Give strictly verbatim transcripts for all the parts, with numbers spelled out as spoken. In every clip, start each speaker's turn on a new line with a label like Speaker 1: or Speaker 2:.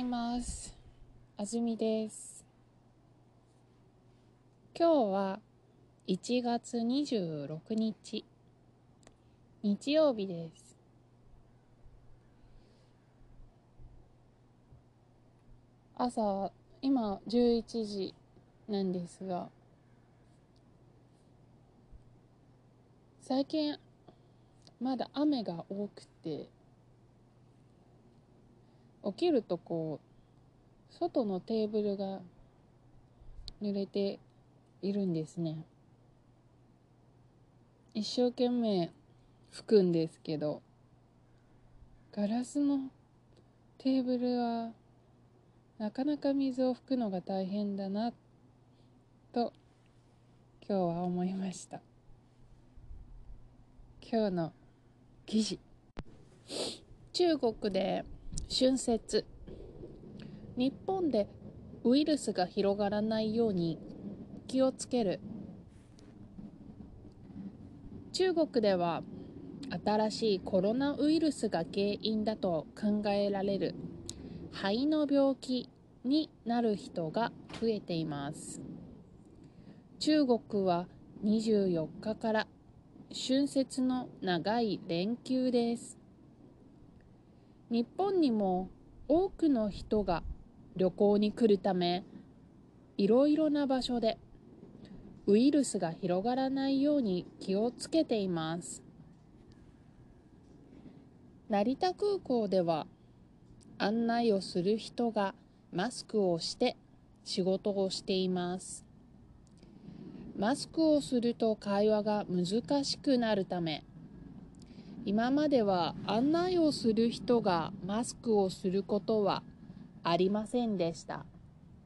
Speaker 1: います。あずみです。今日はいちがつにじゅうろくにち、日曜日です。朝、今じゅういちじなんですが、最近まだ雨が多くて、起きるとこう、外のテーブルが濡れているんですね。一生懸命拭くんですけど、ガラスのテーブルはなかなか水を拭くのが大変だなと今日は思いました。今日の記事、中国で春節、日本でウイルスが広がらないように気をつける。中国では新しいコロナウイルスが原因だと考えられる肺の病気になる人が増えています。中国はにじゅうよっかから春節の長い連休です。日本にも多くの人が旅行に来るため、いろいろな場所でウイルスが広がらないように気をつけています。成田空港では案内をする人がマスクをして仕事をしています。マスクをすると会話が難しくなるため、今までは案内をする人がマスクをすることはありませんでした。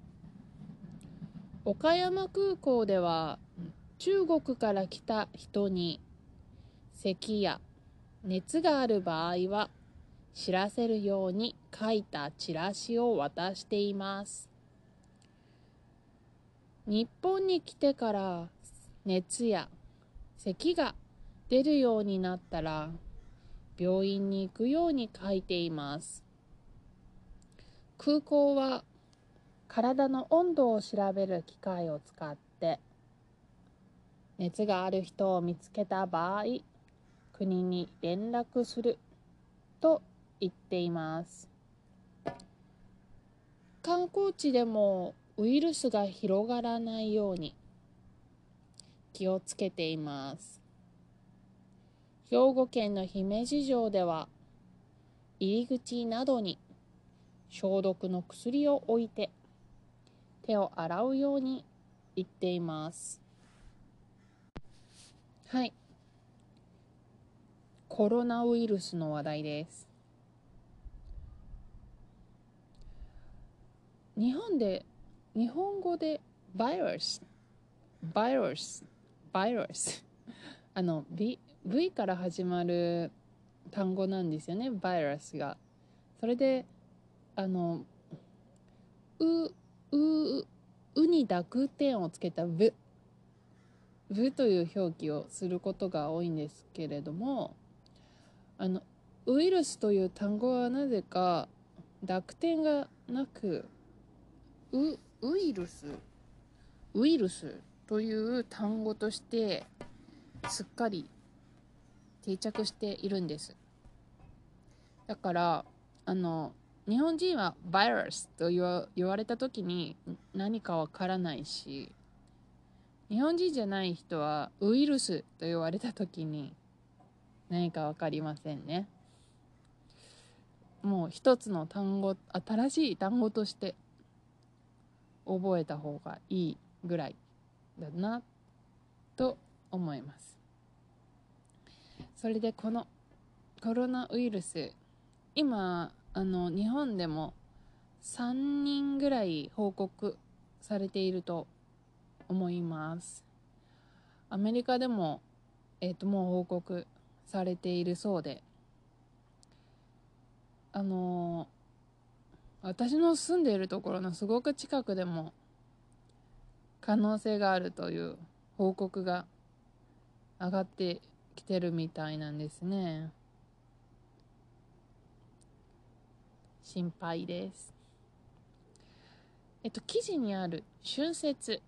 Speaker 1: 岡山空港では中国から来た人に咳や熱がある場合は知らせるように書いたチラシを渡しています。日本に来てから熱や咳が出るようになったら病院に行くように書いています。空港は体の温度を調べる機械を使って熱がある人を見つけた場合、国に連絡すると言っています。観光地でもウイルスが広がらないように気をつけています。兵庫県の姫路城では入り口などに消毒の薬を置いて手を洗うように言っています。はい、コロナウイルスの話題です。日本で日本語でバイラスバイラスバイラスあの V, V から始まる単語なんですよね、バイラスが。それであのうううに濁点をつけた V, V という表記をすることが多いんですけれども、あのウイルスという単語はなぜか濁点がなくウウイルスウイルスという単語としてすっかり定着しているんです。だからあの日本人はバイラスと言わ言われた時に何かわからないし、日本人じゃない人はウイルスと言われた時に何かわかりませんね。もう一つの単語、新しい単語として覚えた方がいいぐらいだなと思います。それでこのコロナウイルス、今あの日本でもさんにんぐらい報告されていると思います。アメリカでも、えーと、もう報告されているそうで、あのー、私の住んでいるところのすごく近くでも可能性があるという報告が上がってきてるみたいなんですね。心配です。 えっと記事にある春節、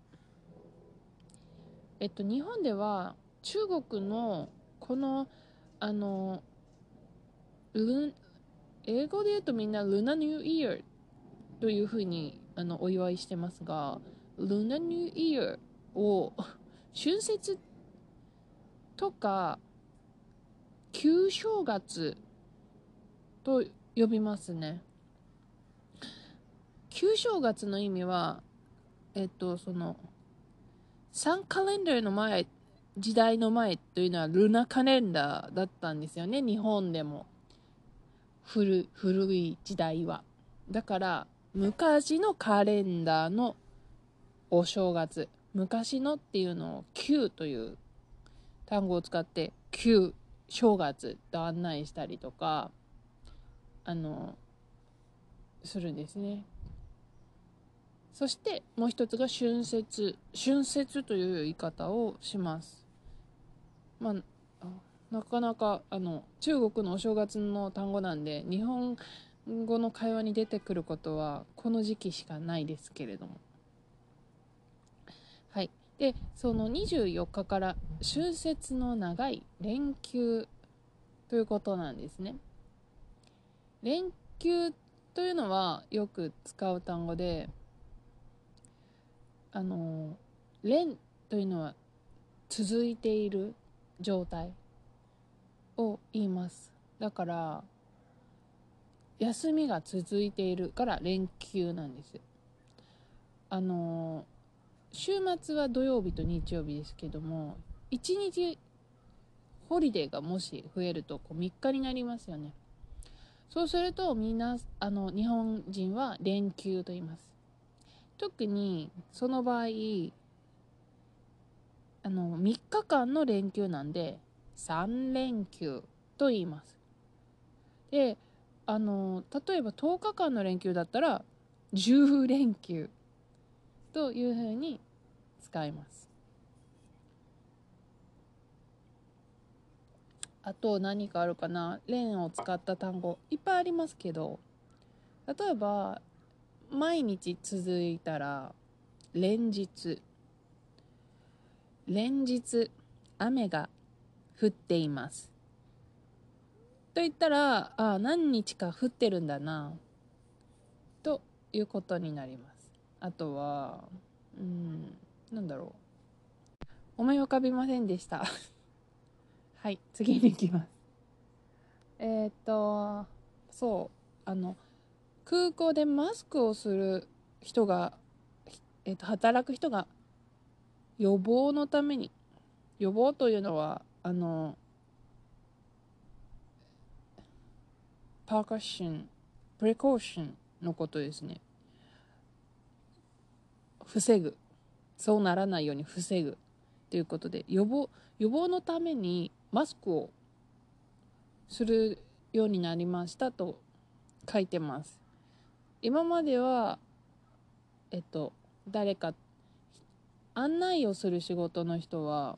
Speaker 1: えっと日本では中国のこのあのル英語で言うとみんなルナニューイヤーというふうにあのお祝いしてますが、ルナニューイヤーを春節とか旧正月と呼びますね。旧正月の意味は、えっと、その、サンカレンダーの前、時代の前というのはルナカレンダーだったんですよね、日本でも。古、古い時代は。だから、昔のカレンダーのお正月。昔のっていうのを旧という単語を使って、旧正月と案内したりとか、あの、するんですね。そしてもう一つが春節。春節という言い方をします。まあ、なかなかあの中国のお正月の単語なんで、日本語の会話に出てくることはこの時期しかないですけれども。はい。で、そのにじゅうよっかかから春節の長い連休ということなんですね。連休というのはよく使う単語で、あの連というのは続いている状態を言います。だから休みが続いているから連休なんです。あの週末は土曜日と日曜日ですけども、いちにちホリデーがもし増えるとこうみっかになりますよね。そうするとみんなあの日本人は連休と言います。特にその場合あのみっかかんの連休なんでさんれんきゅうと言います。で、あの例えばとおかかんの連休だったらじゅうれんきゅうというふうに使います。あと何かあるかな。連を使った単語いっぱいありますけど、例えば毎日続いたら連日、連日雨が降っていますと言ったら、あ、何日か降ってるんだなということになります。あとは、うん、なんだろう。思い浮かびませんでした。はい、次に行きます。えーっと、そう、あの、空港でマスクをする人が、えーっと、働く人が予防のために、予防というのは、あの、パーカッション、プレコーションのことですね。防ぐ。そうならないように防ぐ。ということで、予防、予防のためにマスクをするようになりましたと書いてます。今までは、えっと、誰か案内をする仕事の人は、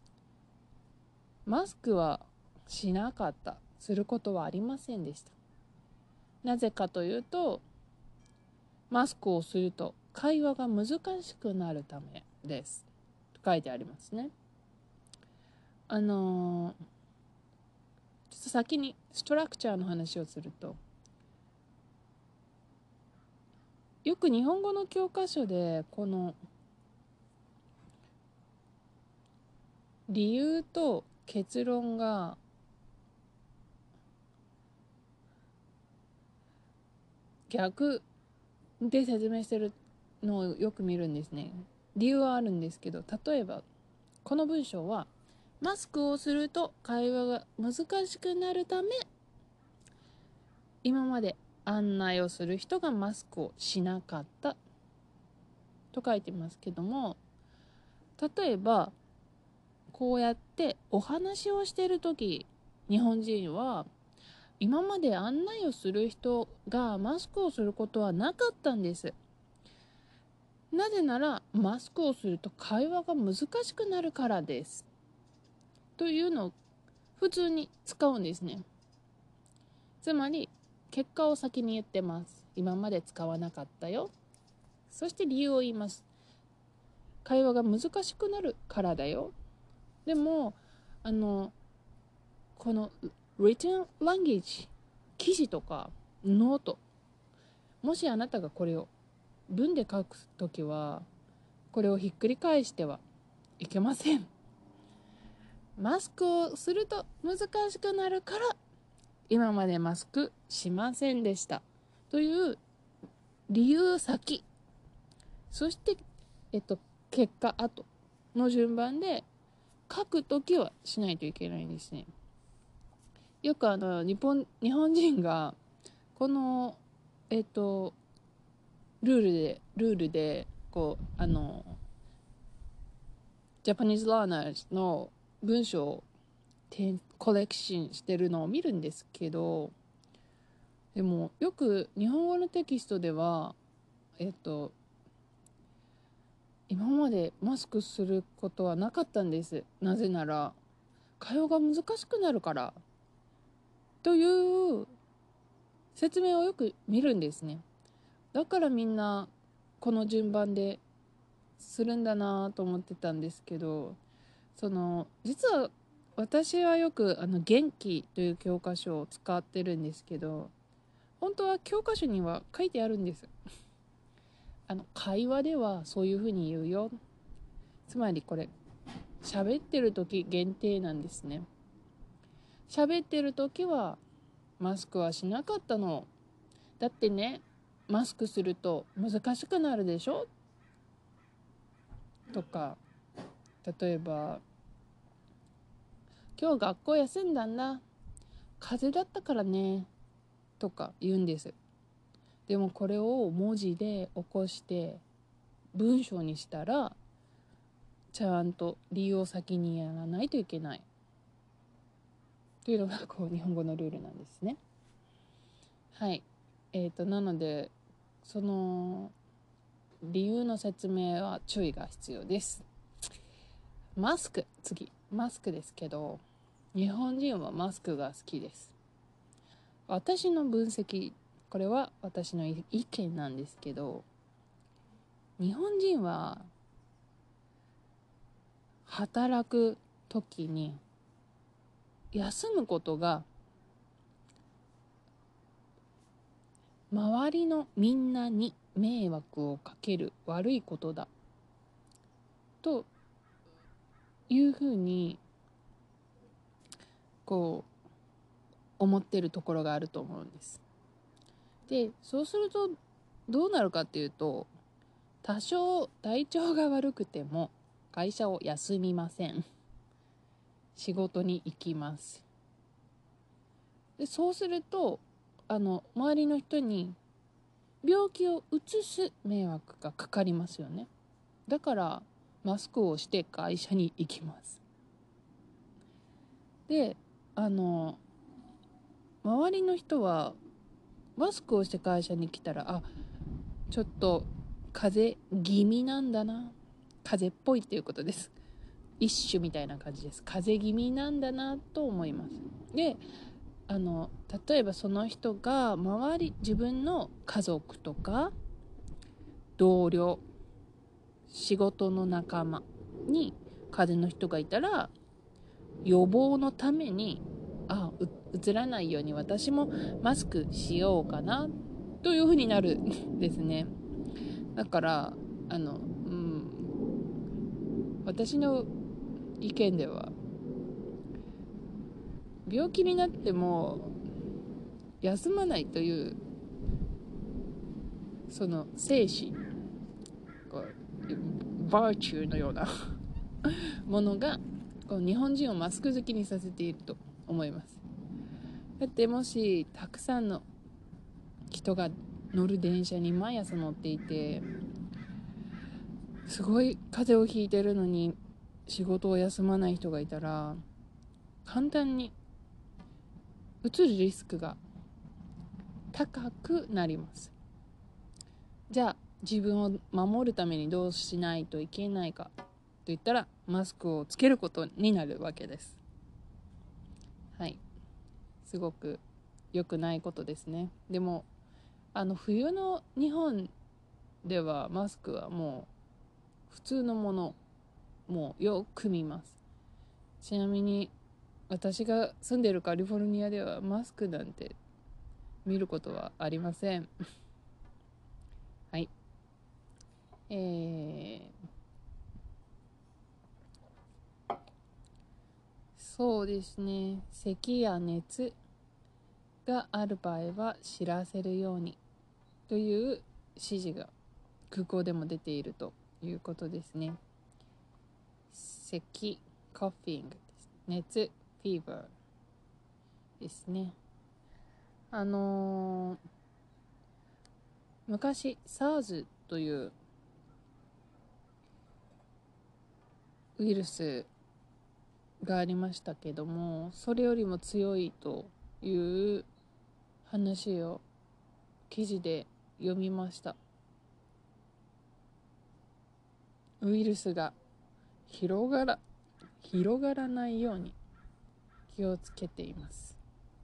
Speaker 1: マスクはしなかった。することはありませんでした。なぜかというと、マスクをすると会話が難しくなるためです。と書いてありますね。あのー、ちょっと先にストラクチャーの話をすると、よく日本語の教科書でこの理由と結論が逆で説明してるのをよく見るんですね。理由はあるんですけど、例えばこの文章はマスクをすると会話が難しくなるため、今まで案内をする人がマスクをしなかったと書いてますけども、例えばこうやってお話をしているとき、日本人は今まで案内をする人がマスクをすることはなかったんです。なぜならマスクをすると会話が難しくなるからですというのを普通に使うんですね。つまり結果を先に言ってます。今まで使わなかったよ。 そして理由を言います。会話が難しくなるからだよ。でもあのこの written language 記事とかノート、もしあなたがこれを文で書くときはこれをひっくり返してはいけません。マスクをすると難しくなるから今までマスクしませんでしたという理由先、そしてえっと結果後の順番で書くときはしないといけないんですね。よくあの日本日本人がこのえっとルールでルールでこうあのジャパニーズラーナーの文章をコレクションしてるのを見るんですけど、でもよく日本語のテキストではえっと今までマスクすることはなかったんです。なぜなら会話が難しくなるからという説明をよく見るんですね。だからみんなこの順番でするんだなと思ってたんですけど、その実は私はよくあの元気という教科書を使ってるんですけど、本当は教科書には書いてあるんです。あの会話ではそういうふうに言うよ。つまりこれ喋ってる時限定なんですね。喋ってる時はマスクはしなかったの。だってね、マスクすると難しくなるでしょとか、例えば今日学校休んだんだ、風邪だったからねとか言うんです。でもこれを文字で起こして文章にしたらちゃんと理由を先にやらないといけないというのがこう日本語のルールなんですね。はい。えーとなのでその理由の説明は注意が必要です。マスク、次マスクですけど、日本人はマスクが好きです。私の分析、これは私の意見なんですけど、日本人は働く時に休むことが周りのみんなに迷惑をかける悪いことだというふうにこう思ってるところがあると思うんです。で、そうするとどうなるかっていうと、多少体調が悪くても会社を休みません。仕事に行きます。で、そうするとあの周りの人に病気をうつす迷惑がかかりますよね。だからマスクをして会社に行きます。で、あの周りの人はマスクをして会社に来たら、あ、ちょっと風邪気味なんだな、風邪っぽいっていうことです。一種みたいな感じです。風邪気味なんだなと思います。で、あの例えばその人が周り、自分の家族とか同僚、仕事の仲間に風邪の人がいたら、予防のために、あ、うつらないように私もマスクしようかなというふうになるんですね。だからあの、うん、私の意見では病気になっても休まないというその精神、バーチューのようなものがこう日本人をマスク好きにさせていると思います。だってもしたくさんの人が乗る電車に毎朝乗っていて、すごい風邪をひいてるのに仕事を休まない人がいたら、簡単にうつるリスクが高くなります。じゃあ自分を守るためにどうしないといけないかといったら、マスクをつけることになるわけです。はい、すごく良くないことですね。でもあの冬の日本ではマスクはもう普通のもの、もうよく見ます。ちなみに私が住んでるカリフォルニアではマスクなんて見ることはありませんはい。えー、そうですね、咳や熱がある場合は知らせるようにという指示が空港でも出ているということですね。咳、コフィングです。熱、フィーバーですね。あのー、昔 SARS というウイルスがありましたけども、それよりも強いという話を記事で読みました。ウイルスが広がら広がらないように気をつけています。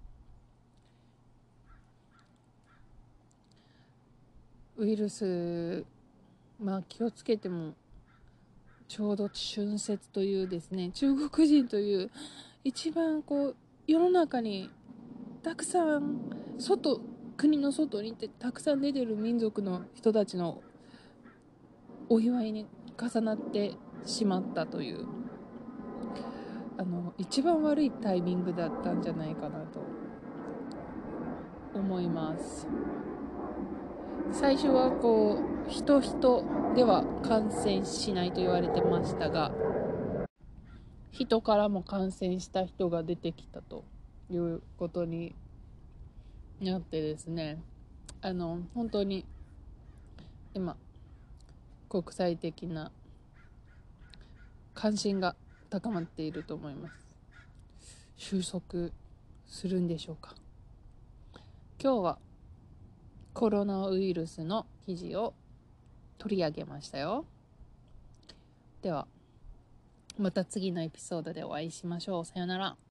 Speaker 1: ウイルス、まあ気をつけても、ちょうど春節というですね、中国人という一番こう世の中にたくさん外国の外にってたくさん出てる民族の人たちのお祝いに重なってしまったという、あの一番悪いタイミングだったんじゃないかなと思います。最初はこう人人では感染しないと言われてましたが、人からも感染した人が出てきたということになってですね、あの本当に今国際的な関心が高まっていると思います。収束するんでしょうか。今日はコロナウイルスの記事を取り上げましたよ。ではまた次のエピソードでお会いしましょう。さよなら。